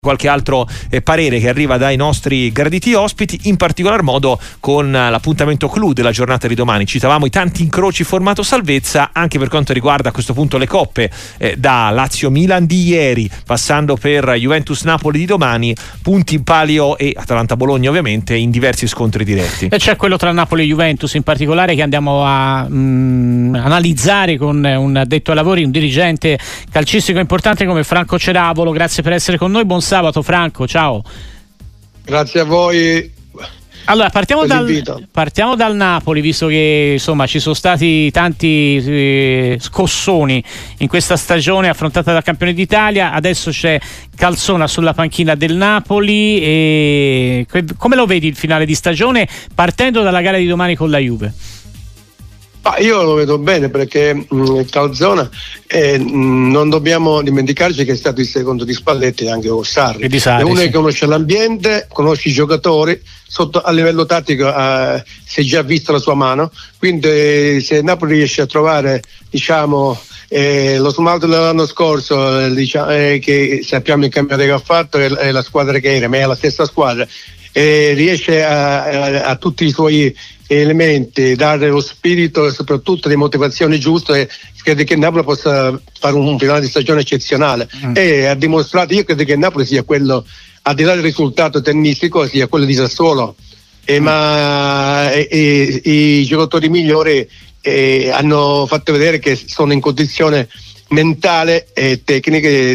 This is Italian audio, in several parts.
qualche altro parere che arriva dai nostri graditi ospiti, in particolar modo con l'appuntamento clou della giornata di domani. Citavamo i tanti incroci formato salvezza anche per quanto riguarda a questo punto le coppe, da Lazio-Milan di ieri passando per Juventus-Napoli di domani, punti in palio e Atalanta-Bologna ovviamente in diversi scontri diretti. E c'è quello tra Napoli e Juventus in particolare che andiamo a analizzare con un addetto ai lavori, un dirigente calcistico importante come Franco Ceravolo. Grazie per essere con noi, buon sabato Franco, ciao. Grazie a voi. Allora partiamo dal Napoli, visto che insomma ci sono stati tanti scossoni in questa stagione affrontata dal campione d'Italia. Adesso c'è Calzona sulla panchina del Napoli, e come lo vedi il finale di stagione partendo dalla gara di domani con la Juve? Io lo vedo bene perché Calzona non dobbiamo dimenticarci che è stato il secondo di Spalletti e anche con Sarri. È uno che conosce l'ambiente, conosce i giocatori, a livello tattico si è già visto la sua mano, quindi se Napoli riesce a trovare lo smalto dell'anno scorso, che sappiamo il campionato che ha fatto è la squadra che era, ma è la stessa squadra, riesce a tutti i suoi elementi dare lo spirito e soprattutto le motivazioni giuste, credo che Napoli possa fare un finale di stagione eccezionale e ha dimostrato. Io credo che Napoli sia quello, al di là del risultato tennistico, sia quello di Sassuolo, ma i giocatori migliori hanno fatto vedere che sono in condizione mentale e tecniche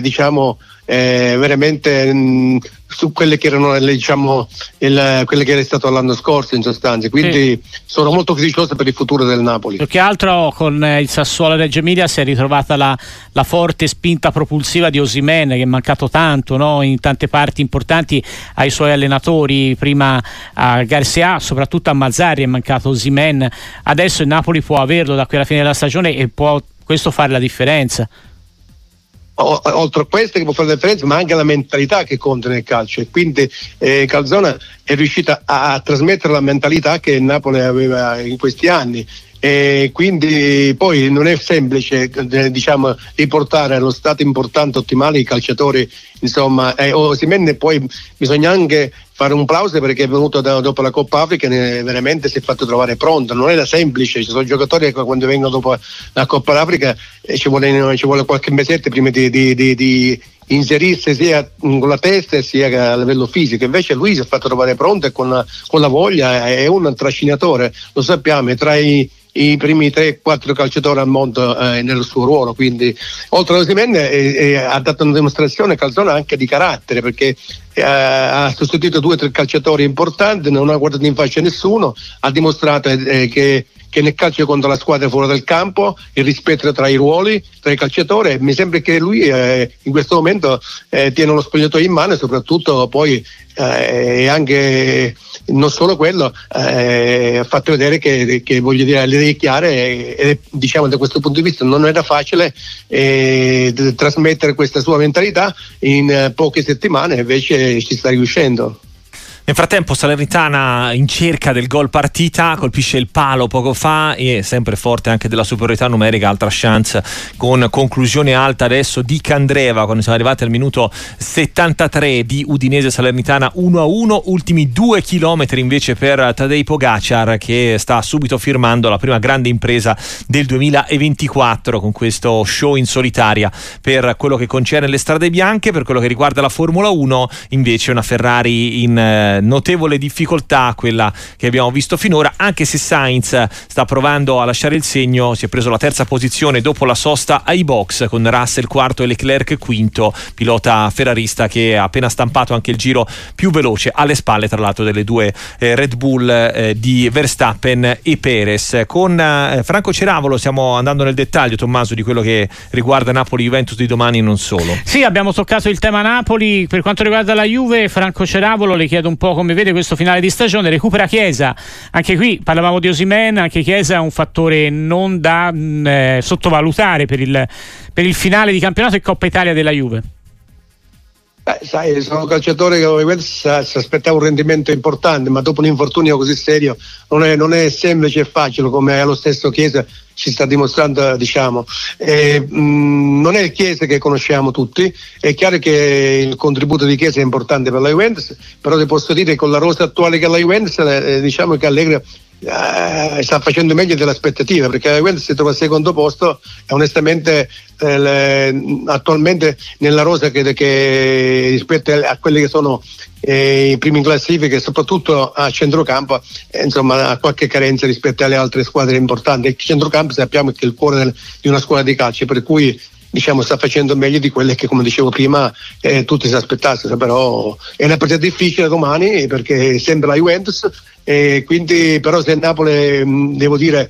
veramente su quelle che erano quelle che era stato l'anno scorso in sostanza, quindi sono molto fiducioso per il futuro del Napoli. Più che altro con il Sassuolo Reggio Emilia si è ritrovata la forte spinta propulsiva di Osimhen, che è mancato tanto, no? In tante parti importanti ai suoi allenatori, prima a Garcia, soprattutto a Mazzarri è mancato Osimhen. Adesso il Napoli può averlo da qui alla fine della stagione e può questo fare la differenza. Oltre a questo che può fare la differenza, ma anche la mentalità che conta nel calcio, e quindi Calzona è riuscita a trasmettere la mentalità che il Napoli aveva in questi anni, e quindi poi non è semplice riportare allo stato importante ottimale i calciatori, Osimhen. Poi bisogna anche fare un plauso perché è venuto dopo la Coppa Africa, veramente si è fatto trovare pronto, non era semplice. Ci sono giocatori che quando vengono dopo la Coppa d'Africa ci vuole qualche mesetto prima di inserirsi sia con la testa sia a livello fisico, invece lui si è fatto trovare pronto e con la voglia è un trascinatore, lo sappiamo, è tra i primi 3-4 calciatori al mondo nel suo ruolo, quindi oltre a Osimhen ha dato una dimostrazione Calzona anche di carattere, perché ha sostituito 2 o 3 calciatori importanti, non ha guardato in faccia nessuno, ha dimostrato che nel calcio contro la squadra fuori dal campo, il rispetto tra i ruoli, tra i calciatori. Mi sembra che lui in questo momento tiene lo spogliatoio in mano, e soprattutto poi anche non solo quello, ha fatto vedere che voglio dire le idee chiare, e da questo punto di vista non era facile trasmettere questa sua mentalità in poche settimane, invece ci sta riuscendo. Nel frattempo Salernitana in cerca del gol partita, colpisce il palo poco fa e sempre forte anche della superiorità numerica, altra chance con conclusione alta adesso di Candreva quando siamo arrivati al minuto 73 di Udinese Salernitana 1-1. Ultimi 2 chilometri invece per Tadej Pogačar, che sta subito firmando la prima grande impresa del 2024 con questo show in solitaria per quello che concerne le strade bianche. Per quello che riguarda la Formula 1 invece una Ferrari in notevole difficoltà, quella che abbiamo visto finora, anche se Sainz sta provando a lasciare il segno. Si è preso la terza posizione dopo la sosta ai box, con Russell quarto e Leclerc quinto, pilota ferrarista che ha appena stampato anche il giro più veloce, alle spalle tra l'altro delle 2 Red Bull di Verstappen e Perez. Con Franco Ceravolo stiamo andando nel dettaglio, Tommaso, di quello che riguarda Napoli-Juventus di domani e non solo. Sì, abbiamo toccato il tema Napoli. Per quanto riguarda la Juve, Franco Ceravolo, le chiedo un po' come vede questo finale di stagione. Recupera Chiesa, anche qui parlavamo di Osimhen, anche Chiesa è un fattore non da sottovalutare per il finale di campionato e Coppa Italia della Juve. Sai, sono calciatore che si aspettava un rendimento importante, ma dopo un infortunio così serio non è semplice e facile, come lo stesso Chiesa ci sta dimostrando, diciamo. Non è il Chiesa che conosciamo tutti, è chiaro che il contributo di Chiesa è importante per la Juventus, però ti posso dire che con la rosa attuale che ha la Juventus, diciamo che Allegri sta facendo meglio delle aspettative, perché la Juventus si trova al secondo posto e onestamente attualmente nella rosa che rispetto a quelli che sono i primi in classifica, soprattutto a centrocampo, insomma ha qualche carenza rispetto alle altre squadre importanti. Il centrocampo sappiamo che è il cuore di una squadra di calcio, per cui diciamo sta facendo meglio di quelle che, come dicevo prima, tutti si aspettassero. Però è una partita difficile domani, perché sembra la Juventus, quindi però se il Napoli, devo dire,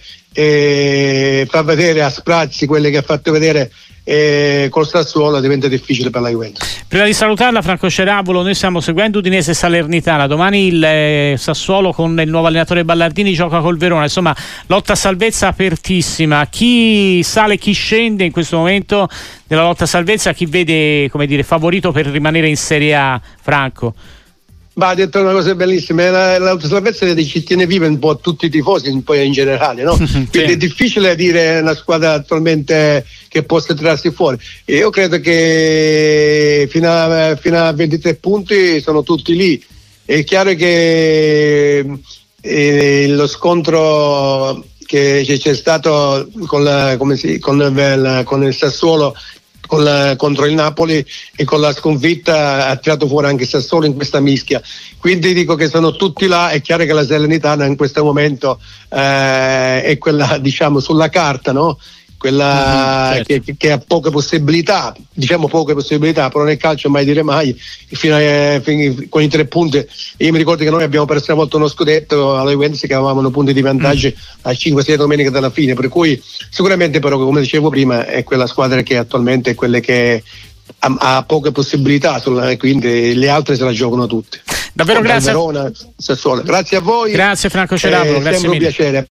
fa vedere a sprazzi quelle che ha fatto vedere col Sassuolo, diventa difficile per la Juventus. Prima di salutarla, Franco Ceravolo, noi stiamo seguendo Udinese Salernitana. Domani il Sassuolo con il nuovo allenatore Ballardini gioca col Verona, insomma lotta a salvezza apertissima. Chi sale, chi scende in questo momento nella lotta a salvezza? Chi vede, come dire, favorito per rimanere in Serie A, Franco? Ha detto una cosa bellissima, l'autosalvezza ci tiene viva un po' tutti i tifosi, poi in generale, no? Quindi sì. È difficile dire una squadra attualmente che possa tirarsi fuori. Io credo che fino a 23 punti sono tutti lì. È chiaro che lo scontro che c'è stato con il Sassuolo contro il Napoli e con la sconfitta ha tirato fuori anche Sassuolo in questa mischia, quindi dico che sono tutti là. È chiaro che la Salernitana in questo momento è quella, diciamo, sulla carta, no? Quella certo. che ha poche possibilità, però nel calcio mai dire mai. Con i 3 punti, io mi ricordo che noi abbiamo perso una volta uno scudetto alla Juventus che avevamo punti di vantaggio a 5-6 domeniche dalla fine, per cui sicuramente, però, come dicevo prima, è quella squadra che attualmente è quella che ha poche possibilità, quindi le altre se la giocano tutte. Davvero grazie. Verona, Sassuolo. Grazie a voi. Grazie Franco Ceravolo, grazie sempre mille. Un piacere.